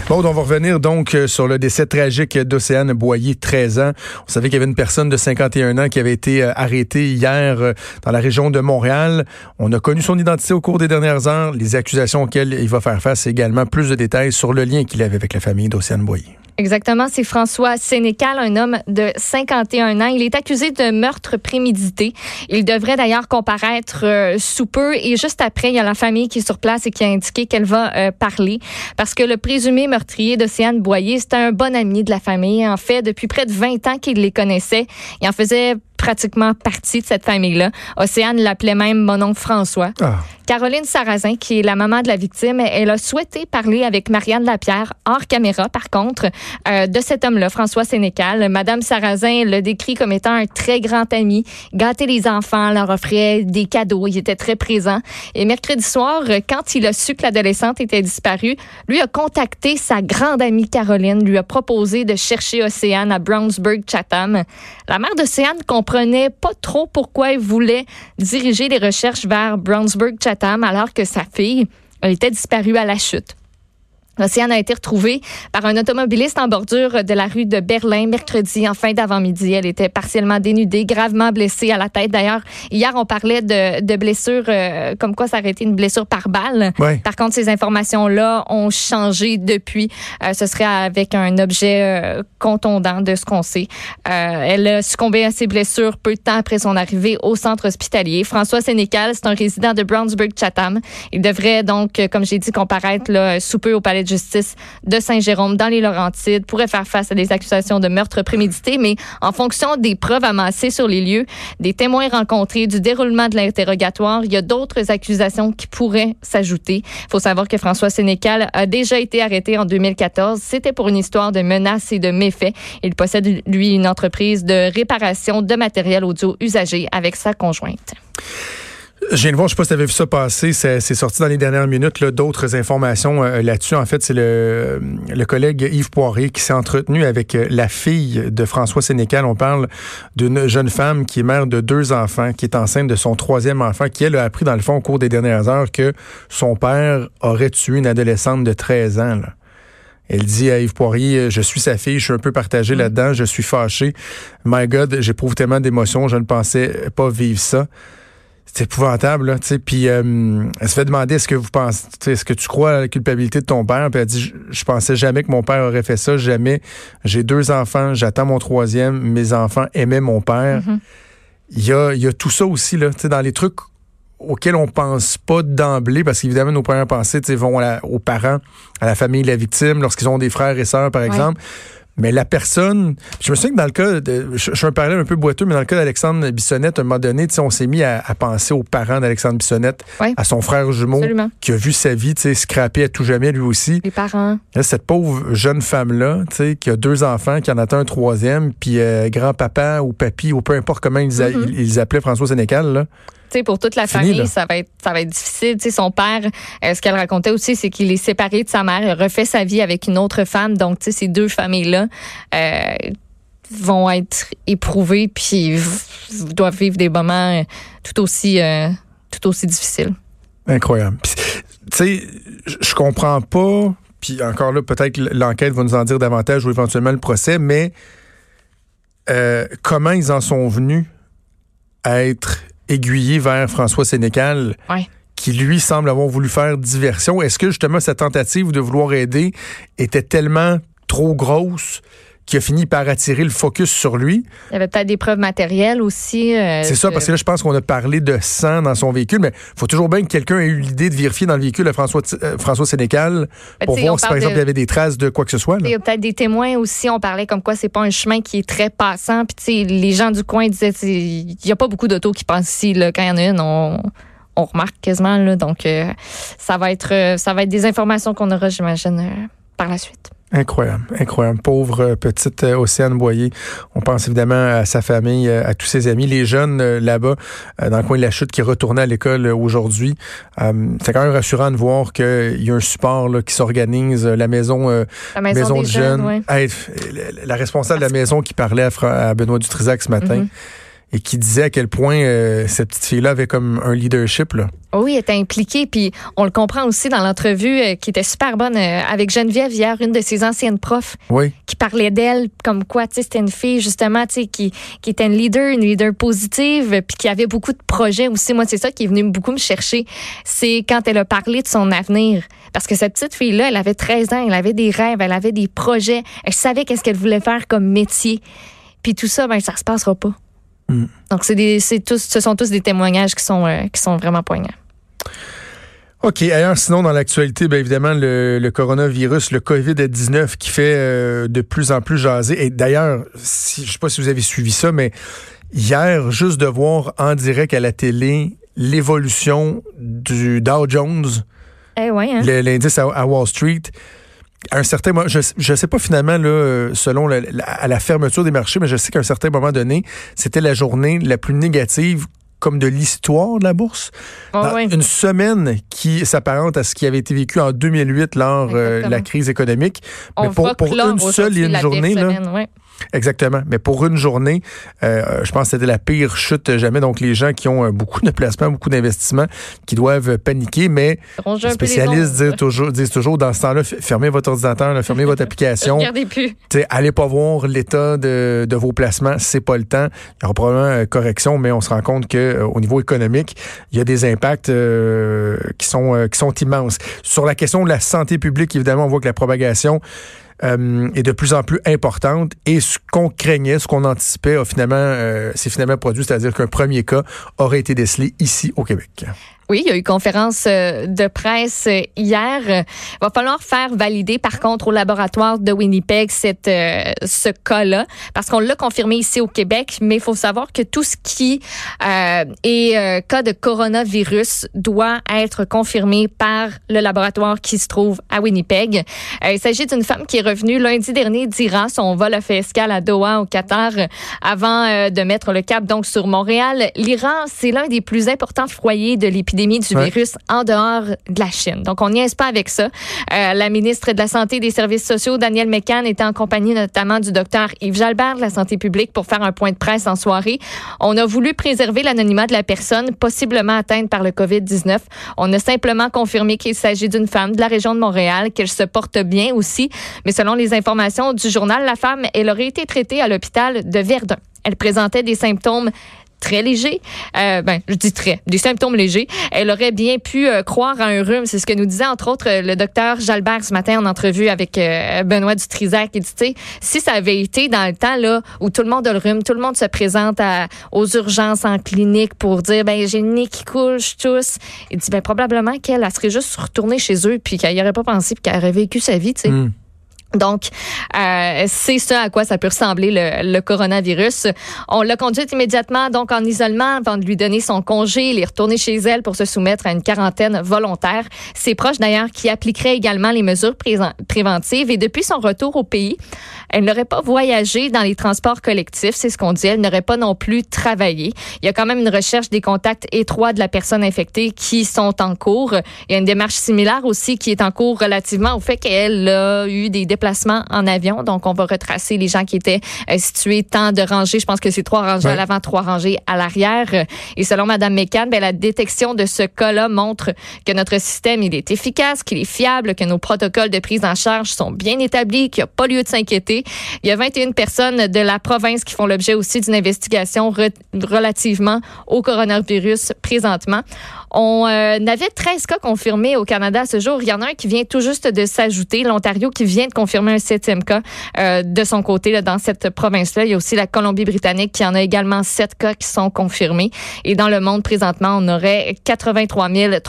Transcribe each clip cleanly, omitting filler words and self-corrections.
Bon, on va revenir donc sur le décès tragique d'Océane Boyer, 13 ans. On savait qu'il y avait une personne de 51 ans qui avait été arrêtée hier dans la région de Montréal. On a connu son identité au cours des dernières heures, les accusations auxquelles il va faire face et également plus de détails sur le lien qu'il avait avec la famille d'Océane Boyer. Exactement, c'est François Sénécal, un homme de 51 ans. Il est accusé de meurtre prémédité. Il devrait d'ailleurs comparaître sous peu. Et juste après, il y a la famille qui est sur place et qui a indiqué qu'elle va parler. Parce que le présumé meurtrier d'Océane Boyer, c'était un bon ami de la famille. En fait, depuis près de 20 ans qu'il les connaissait. Il en faisait pratiquement partie de cette famille-là. Océane l'appelait même mon oncle François. Caroline Sarrazin, qui est la maman de la victime, elle a souhaité parler avec Marianne Lapierre, hors caméra par contre, de cet homme-là, François Sénécal. Madame Sarrazin le décrit comme étant un très grand ami, gâtait les enfants, leur offrait des cadeaux, il était très présent. Et mercredi soir, quand il a su que l'adolescente était disparue, lui a contacté sa grande amie Caroline, lui a proposé de chercher Océane à Brownsburg, Chatham. La mère d'Océane comprenait pas trop pourquoi elle voulait diriger les recherches vers Brownsburg, Chatham, alors que sa fille, elle était disparue à la chute. Océane a été retrouvée par un automobiliste en bordure de la rue de Berlin mercredi en fin d'avant-midi. Elle était partiellement dénudée, gravement blessée à la tête. D'ailleurs, hier, on parlait de blessures, comme quoi ça aurait été une blessure par balle. Ouais. Par contre, ces informations-là ont changé depuis. Ce serait avec un objet contondant de ce qu'on sait. Elle a succombé à ses blessures peu de temps après son arrivée au centre hospitalier. François Sénécal, c'est un résident de Brownsburg-Chatham. Il devrait donc, comme j'ai dit, comparaître là, sous peu au palais de justice de Saint-Jérôme dans les Laurentides, pourrait faire face à des accusations de meurtre prémédité, mais en fonction des preuves amassées sur les lieux, des témoins rencontrés, du déroulement de l'interrogatoire, il y a d'autres accusations qui pourraient s'ajouter. Il faut savoir que François Sénécal a déjà été arrêté en 2014. C'était pour une histoire de menaces et de méfaits. Il possède, lui, une entreprise de réparation de matériel audio usagé avec sa conjointe. Je viens de voir, je ne sais pas si tu avais vu ça passer, c'est sorti dans les dernières minutes, là, d'autres informations là-dessus. En fait, c'est le collègue Yves Poirier qui s'est entretenu avec la fille de François Sénécal. On parle d'une jeune femme qui est mère de 2 enfants, qui est enceinte de son 3e enfant, qui, elle, a appris, dans le fond, au cours des dernières heures, que son père aurait tué une adolescente de 13 ans, là. Elle dit à Yves Poirier, je suis sa fille, je suis un peu partagé là-dedans, je suis fâché. My God, j'éprouve tellement d'émotions, je ne pensais pas vivre ça. C'est épouvantable, là, tu sais. Puis elle se fait demander, est-ce que tu crois à la culpabilité de ton père? Puis elle dit, je pensais jamais que mon père aurait fait ça, jamais. J'ai 2 enfants, j'attends mon 3e, mes enfants aimaient mon père. Mm-hmm. Il y a tout ça aussi, là, tu sais, dans les trucs auxquels on pense pas d'emblée, parce qu'évidemment, nos premières pensées, tu sais, vont aux parents, à la famille de la victime, lorsqu'ils ont des frères et sœurs, par exemple. Mais la personne, je me souviens que dans le cas, je suis un parallèle un peu boiteux, mais dans le cas d'Alexandre Bissonnette, à un moment donné, on s'est mis à penser aux parents d'Alexandre Bissonnette, à son frère jumeau, absolument, qui a vu sa vie scraper à tout jamais lui aussi. Les parents. Là, cette pauvre jeune femme-là, qui a 2 enfants, qui en attend un 3e, puis grand-papa ou papy, ou peu importe comment ils appelaient François Sénécal, là. T'sais, pour toute la famille, ça va être difficile. T'sais, son père, ce qu'elle racontait aussi, c'est qu'il est séparé de sa mère, il refait sa vie avec une autre femme. Donc, ces 2 familles-là vont être éprouvées puis doivent vivre des moments tout aussi difficiles. Incroyable. Tu sais, je comprends pas, puis encore là, peut-être que l'enquête va nous en dire davantage ou éventuellement le procès, mais comment ils en sont venus à être aiguillé vers François Sénécal, qui, lui, semble avoir voulu faire diversion. Est-ce que, justement, cette tentative de vouloir aider était tellement trop grosse qu'il a fini par attirer le focus sur lui? Il y avait peut-être des preuves matérielles aussi. C'est ça, parce que là, je pense qu'on a parlé de sang dans son véhicule, mais il faut toujours bien que quelqu'un ait eu l'idée de vérifier dans le véhicule de François Sénécal pour voir si, par exemple, il y avait des traces de quoi que ce soit. Il y a peut-être des témoins aussi. On parlait comme quoi c'est pas un chemin qui est très passant. Puis, les gens du coin disaient il n'y a pas beaucoup d'autos qui passent ici. Là. Quand il y en a une, on remarque quasiment. Là. Donc, ça va être des informations qu'on aura, j'imagine, par la suite. Incroyable, incroyable. Pauvre petite Océane Boyer. On pense évidemment à sa famille, à tous ses amis, les jeunes là-bas, dans le coin de la Chute, qui retournaient à l'école aujourd'hui. C'est quand même rassurant de voir qu'il y a un support là, qui s'organise, la maison de jeunes. Ouais. La responsable de la maison qui parlait à Benoît Dutrisac ce matin. et qui disait à quel point cette petite fille-là avait comme un leadership, là. Oui, elle était impliquée, puis on le comprend aussi dans l'entrevue qui était super bonne avec Geneviève hier, une de ses anciennes profs, qui parlait d'elle comme quoi, tu sais, c'était une fille justement, tu sais, qui était une leader positive, puis qui avait beaucoup de projets aussi. Moi, c'est ça qui est venu beaucoup me chercher, c'est quand elle a parlé de son avenir. Parce que cette petite fille-là, elle avait 13 ans, elle avait des rêves, elle avait des projets, elle savait qu'est-ce qu'elle voulait faire comme métier. Puis tout ça, ben ça se passera pas. Donc, ce sont tous des témoignages qui sont vraiment poignants. OK. Ailleurs, sinon, dans l'actualité, bien évidemment, le coronavirus, le COVID-19 qui fait de plus en plus jaser. Et d'ailleurs, je sais pas si vous avez suivi ça, mais hier, juste de voir en direct à la télé l'évolution du Dow Jones, l'indice à Wall Street, à un certain moment, je sais pas finalement là, selon à la fermeture des marchés, mais je sais qu'à un certain moment donné, c'était la journée la plus négative comme de l'histoire de la bourse. Une semaine qui s'apparente à ce qui avait été vécu en 2008 lors de la crise économique. Mais pour une seule et une journée, là, exactement. Mais pour une journée, je pense que c'était la pire chute jamais. Donc, les gens qui ont beaucoup de placements, beaucoup d'investissements, qui doivent paniquer. Mais les spécialistes disent toujours dans ce temps-là, fermez votre ordinateur, là, fermez votre application. Regardez plus. Allez pas voir l'état de vos placements. C'est pas le temps. Il y aura probablement correction, mais on se rend compte qu'au niveau économique, il y a des impacts qui sont immenses. Sur la question de la santé publique, évidemment, on voit que la propagation est de plus en plus importante et ce qu'on craignait, ce qu'on anticipait s'est finalement produit, c'est-à-dire qu'un premier cas aurait été décelé ici au Québec. Oui, il y a eu conférence de presse hier. Il va falloir faire valider, par contre, au laboratoire de Winnipeg ce cas-là, parce qu'on l'a confirmé ici au Québec, mais il faut savoir que tout ce qui est cas de coronavirus doit être confirmé par le laboratoire qui se trouve à Winnipeg. Il s'agit d'une femme qui est revenue lundi dernier d'Iran. Son vol a fait escale à Doha, au Qatar, avant de mettre le cap donc sur Montréal. L'Iran, c'est l'un des plus importants foyers de l'épidémie du virus en dehors de la Chine. Donc, on n'y est pas avec ça. La ministre de la Santé et des Services sociaux, Danielle McCann, était en compagnie notamment du docteur Yves Jalbert de la Santé publique pour faire un point de presse en soirée. On a voulu préserver l'anonymat de la personne possiblement atteinte par le COVID-19. On a simplement confirmé qu'il s'agit d'une femme de la région de Montréal, qu'elle se porte bien aussi. Mais selon les informations du journal, la femme, elle aurait été traitée à l'hôpital de Verdun. Elle présentait des symptômes très léger, des symptômes légers. Elle aurait bien pu croire à un rhume. C'est ce que nous disait, entre autres, le docteur Jalbert ce matin en entrevue avec Benoît Dutrisac. Il dit, tu sais, si ça avait été dans le temps là où tout le monde a le rhume, tout le monde se présente aux urgences en clinique pour dire, j'ai le nez qui coule, je tousse. Il dit, probablement qu'elle serait juste retournée chez eux puis qu'elle n'y aurait pas pensé puis qu'elle aurait vécu sa vie, tu sais. Donc, c'est ça à quoi ça peut ressembler le coronavirus. On l'a conduite immédiatement donc en isolement avant de lui donner son congé. Il est retourné chez elle pour se soumettre à une quarantaine volontaire. Ses proches d'ailleurs qui appliqueraient également les mesures préventives. Et depuis son retour au pays, elle n'aurait pas voyagé dans les transports collectifs, c'est ce qu'on dit. Elle n'aurait pas non plus travaillé. Il y a quand même une recherche des contacts étroits de la personne infectée qui sont en cours. Il y a une démarche similaire aussi qui est en cours relativement au fait qu'elle a eu des déplacements en avion. Donc, on va retracer les gens qui étaient situés tant de rangées. Je pense que c'est 3 rangées à l'avant, 3 rangées à l'arrière. Et selon Mme McCann, la détection de ce cas-là montre que notre système, il est efficace, qu'il est fiable, que nos protocoles de prise en charge sont bien établis, qu'il n'y a pas lieu de s'inquiéter. Il y a 21 personnes de la province qui font l'objet aussi d'une investigation relativement au coronavirus présentement. On avait 13 cas confirmés au Canada à ce jour. Il y en a un qui vient tout juste de s'ajouter. L'Ontario qui vient de confirmer un 7e cas de son côté là, dans cette province-là. Il y a aussi la Colombie-Britannique qui en a également 7 cas qui sont confirmés. Et dans le monde, présentement, on aurait 83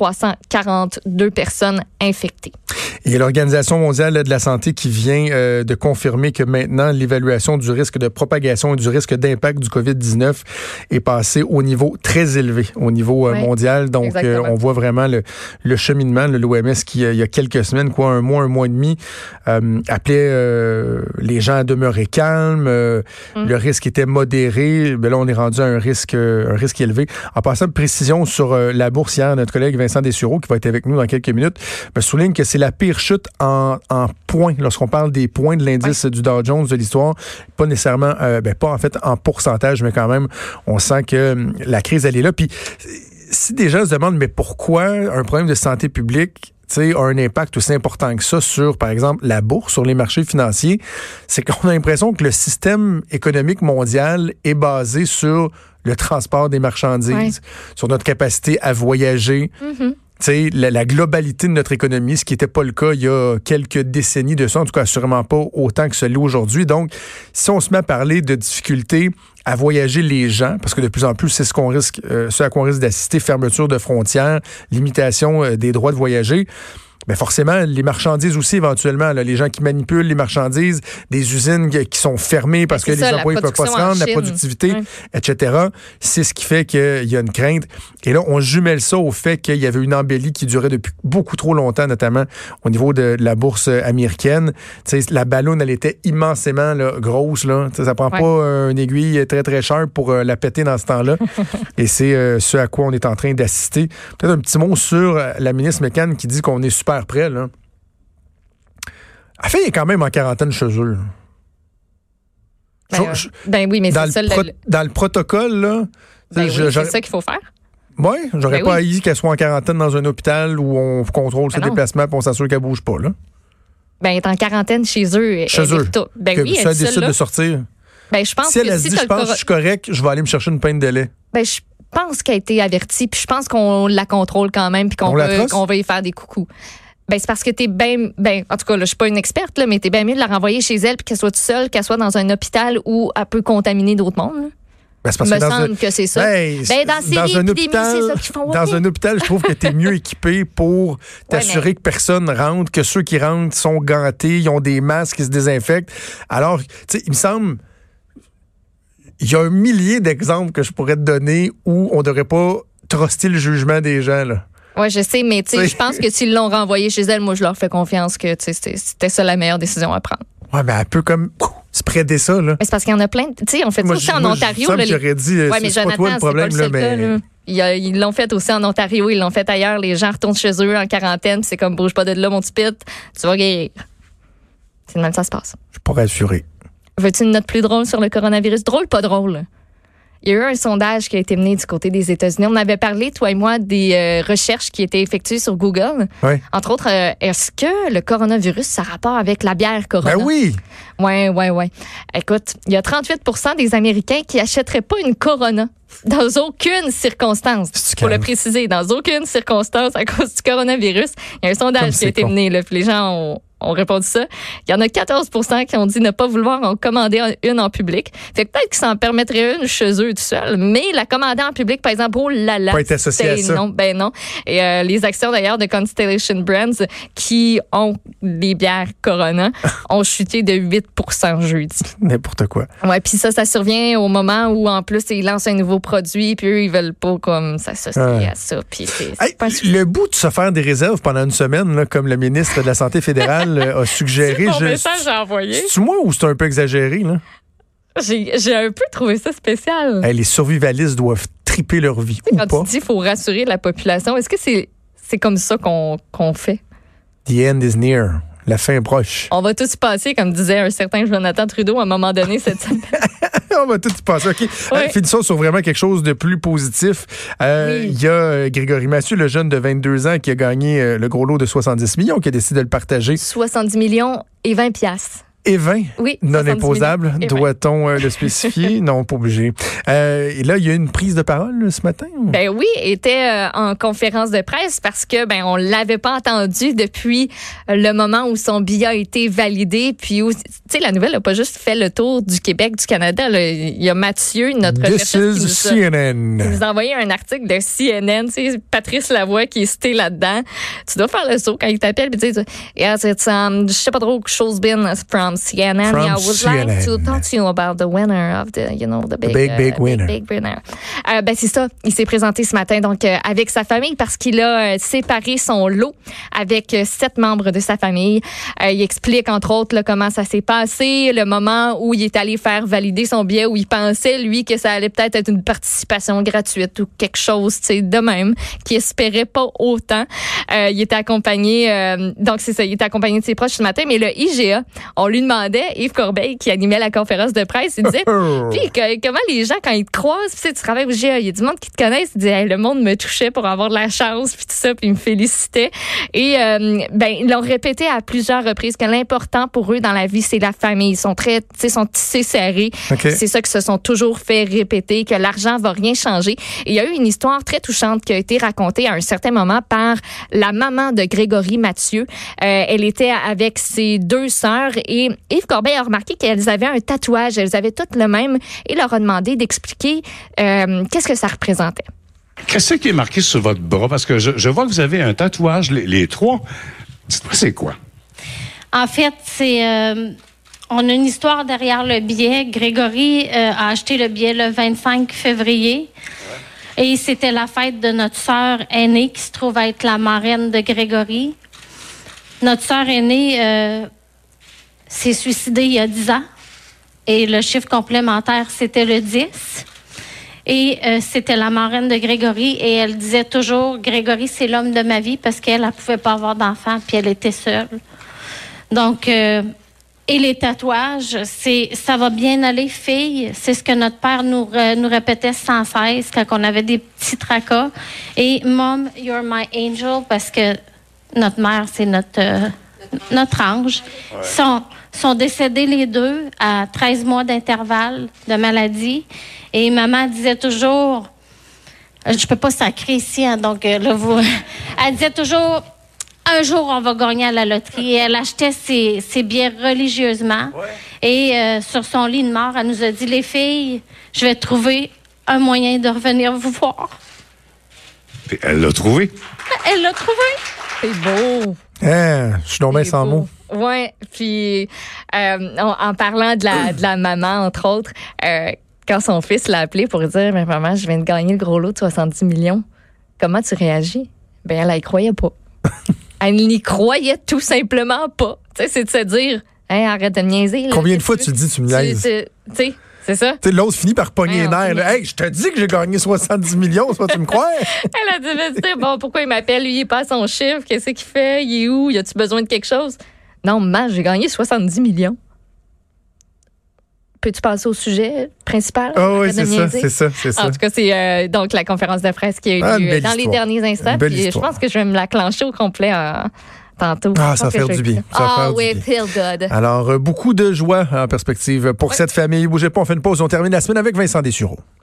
342 personnes infectées. Il y a l'Organisation mondiale de la santé qui vient de confirmer que maintenant, l'évaluation du risque de propagation et du risque d'impact du COVID-19 est passée au niveau très élevé, au niveau mondial. Donc, Donc, on voit vraiment le cheminement, l'OMS qui, il y a quelques semaines, un mois et demi, appelait les gens à demeurer calmes. Le risque était modéré. Ben là, on est rendu à un risque élevé. En passant de précision sur la bourse hier, notre collègue Vincent Dessureau, qui va être avec nous dans quelques minutes, me souligne que c'est la pire chute en points, lorsqu'on parle des points de l'indice du Dow Jones de l'histoire. Pas nécessairement, pas en fait en pourcentage, mais quand même, on sent que la crise, elle est là. Puis, si des gens se demandent, mais pourquoi un problème de santé publique a un impact aussi important que ça sur, par exemple, la bourse, sur les marchés financiers, c'est qu'on a l'impression que le système économique mondial est basé sur le transport des marchandises, sur notre capacité à voyager. La globalité de notre économie, ce qui n'était pas le cas il y a quelques décennies de ça, en tout cas sûrement pas autant que ce l'est aujourd'hui. Donc, si on se met à parler de difficultés à voyager les gens, parce que de plus en plus, c'est ce à quoi on risque d'assister, fermeture de frontières, limitation des droits de voyager. Mais forcément, les marchandises aussi, éventuellement, là, les gens qui manipulent les marchandises, des usines qui sont fermées parce que les employés ne peuvent pas se rendre, la productivité, etc. C'est ce qui fait qu'il y a une crainte. Et là, on jumelle ça au fait qu'il y avait une embellie qui durait depuis beaucoup trop longtemps, notamment au niveau de la bourse américaine. T'sais, la balloune, elle était immensément grosse. Là. Ça prend pas une aiguille très, très chère pour la péter dans ce temps-là. Et c'est ce à quoi on est en train d'assister. Peut-être un petit mot sur la ministre McCann qui dit qu'on est super près, là. La fille est quand même en quarantaine chez eux. Oui, mais c'est ça. Dans le protocole, là... c'est ça qu'il faut faire. Oui, j'aurais pas haï qu'elle soit en quarantaine dans un hôpital où on contrôle ses déplacements et on s'assure qu'elle bouge pas, là. Elle est en quarantaine chez eux. Chez eux. Oui, si elle décide de sortir. Je pense si elle se dit, je pense que je suis correct, je vais aller me chercher une pinte de lait. Je pense qu'elle a été avertie, puis je pense qu'on la contrôle quand même, puis qu'on va y faire des coucous. C'est parce que t'es bien... en tout cas, là, je suis pas une experte, là, mais t'es bien mieux de la renvoyer chez elle puis qu'elle soit toute seule, qu'elle soit dans un hôpital où elle peut contaminer d'autres mondes. C'est parce me semble que c'est ça. Dans un hôpital, c'est ça qu'ils font. Dans un hôpital, je trouve que t'es mieux équipé pour t'assurer que personne rentre, que ceux qui rentrent sont gantés, ils ont des masques, ils se désinfectent. Alors, tu sais, il me semble... Il y a un millier d'exemples que je pourrais te donner où on ne devrait pas truster le jugement des gens, là. Oui, je sais, mais je pense que s'ils l'ont renvoyé chez elle, moi, je leur fais confiance que c'était ça la meilleure décision à prendre. Oui, mais elle peut comme spreader ça, là. Mais c'est parce qu'il y en a plein. Tu sais, on fait ça aussi en Ontario. J'aurais dit, c'est pas toi le problème, là, mais... Ils l'ont fait aussi en Ontario, ils l'ont fait ailleurs. Les gens retournent chez eux en quarantaine, c'est comme, bouge pas de là, mon petit pit, tu vas guérir. C'est de même ça se passe. Je suis pas rassuré. Veux-tu une note plus drôle sur le coronavirus? Drôle, pas drôle? Il y a eu un sondage qui a été mené du côté des États-Unis. On avait parlé, toi et moi, des recherches qui étaient effectuées sur Google. Oui. Entre autres, est-ce que le coronavirus, ça a rapport avec la bière Corona? Ben oui! Oui. Écoute, il y a 38% des Américains qui n'achèteraient pas une Corona. Dans aucune circonstance. Pour le préciser, dans aucune circonstance à cause du coronavirus. Il y a un sondage qui a été mené, là, puis les gens ont répondu ça. Il y en a 14% qui ont dit ne pas vouloir en commander une en public. Fait que peut-être qu'ils s'en permettraient une chez eux tout seuls, mais la commander en public, par exemple, oh là là. Pas être associé à ça. Non. Et les actions d'ailleurs de Constellation Brands qui ont des bières Corona ont chuté de 8% jeudi. N'importe quoi. Ouais, puis ça survient au moment où en plus ils lancent un nouveau produit, puis eux ils veulent pas comme s'associer à ça. Puis le bout de se faire des réserves pendant une semaine, là, comme le ministre de la Santé fédérale a suggéré. C'est mon message à envoyer. C'est moi ou c'est un peu exagéré, là? J'ai un peu trouvé ça spécial. Les survivalistes doivent triper leur vie. Quand tu dis qu'il faut rassurer la population, est-ce que c'est comme ça qu'on fait? The end is near. La fin est proche. On va tous y passer, comme disait un certain Jonathan Trudeau à un moment donné cette semaine. On va tout y passer. OK. Ouais. Finissons sur vraiment quelque chose de plus positif. Il y a Grégory Massieu, le jeune de 22 ans, qui a gagné le gros lot de 70 millions, qui a décidé de le partager. 70 millions et 20 piastres. Et 20, oui, non imposable, doit-on le spécifier? Non, pas obligé. Et là, il y a une prise de parole ce matin? Ben oui, était en conférence de presse parce que on l'avait pas entendu depuis le moment où son billet a été validé. Puis, tu sais, la nouvelle n'a pas juste fait le tour du Québec, du Canada. Là. Il y a Mathieu, notre chercheur, qui nous a envoyé un article de CNN. Tu sais, Patrice Lavoie qui est cité là-dedans. Tu dois faire le saut quand il t'appelle et dire, yes, it's, je sais pas trop, show's been from CNN. From I would CNN. like to talk to you about the winner of the big winner. Big winner. C'est ça. Il s'est présenté ce matin donc avec sa famille parce qu'il a séparé son lot avec 7 membres de sa famille. Il explique entre autres là, comment ça s'est passé, le moment où il est allé faire valider son billet, où il pensait lui que ça allait peut-être être une participation gratuite ou quelque chose, tu sais, de même, qu'il espérait pas autant. Il était accompagné, donc c'est ça, il était accompagné de ses proches ce matin, mais le IGA, on lui demandait, Yves Corbeil, qui animait la conférence de presse, il disait, puis comment les gens, quand ils te croisent, puis tu travailles au IGA, il y a du monde qui te connaissent, il dit, hey, le monde me touchait pour avoir de la chance, puis tout ça, puis il me félicitait. Et ils l'ont répété à plusieurs reprises que l'important pour eux dans la vie, c'est la famille. Ils sont très, tu sais, sont tissés serrés. Okay. C'est ça qu'ils se sont toujours fait répéter, que l'argent va rien changer. Et il y a eu une histoire très touchante qui a été racontée à un certain moment par la maman de Grégory Mathieu. Elle était avec ses 2 sœurs et Yves Corbeil a remarqué qu'elles avaient un tatouage. Elles avaient toutes le même et leur a demandé d'expliquer qu'est-ce que ça représentait. Qu'est-ce qui est marqué sur votre bras? Parce que je vois que vous avez un tatouage, les 3. Dites-moi, c'est quoi? En fait, c'est... on a une histoire derrière le billet. Grégory a acheté le billet le 25 février. Et c'était la fête de notre sœur aînée qui se trouve être la marraine de Grégory. Notre sœur aînée s'est suicidée il y a 10 ans. Et le chiffre complémentaire, c'était le 10. Et c'était la marraine de Grégory. Et elle disait toujours, Grégory, c'est l'homme de ma vie parce qu'elle ne pouvait pas avoir d'enfant puis elle était seule. Donc, et les tatouages, ça va bien aller, fille. C'est ce que notre père nous répétait sans cesse quand on avait des petits tracas. Et Mom, you're my angel, parce que notre mère, c'est notre ange. Ouais. Sont décédés les 2 à 13 mois d'intervalle de maladie. Et maman disait toujours, je peux pas sacrer ici, hein, donc là, elle disait toujours, un jour, on va gagner à la loterie. Et elle achetait ses billets religieusement. Ouais. Et sur son lit de mort, elle nous a dit, les filles, je vais trouver un moyen de revenir vous voir. Et elle l'a trouvé? Elle l'a trouvé. C'est beau. Je suis donc bien sans mots. Oui, puis en parlant de la maman, entre autres, quand son fils l'a appelé pour dire, mais maman, je viens de gagner le gros lot de 70 millions, comment tu réagis? Ben elle y croyait pas. Elle n'y croyait tout simplement pas. Tu sais, c'est de se dire, hey, arrête de me niaiser. Là, combien de fois tu dis, tu me niaises? Tu sais, c'est ça. Tu sais, l'autre finit par pogner les nerfs. Hey, je te dis que j'ai gagné 70 millions, soit tu me crois? Elle a dit, bon, pourquoi il m'appelle? Lui, il passe son chiffre. Qu'est-ce qu'il fait? Il est où? Y a-tu besoin de quelque chose? Non, maman, j'ai gagné 70 millions. Peux-tu passer au sujet principal? Oh oui, c'est ça. En tout cas, c'est donc la conférence de presse qui a eu lieu dans les derniers instants. Puis je pense que je vais me la clencher au complet tantôt. Ah, ça va faire du bien. Oui, feel good. Alors, beaucoup de joie en perspective pour cette famille. Bougez pas, on fait une pause. On termine la semaine avec Vincent Dessureau.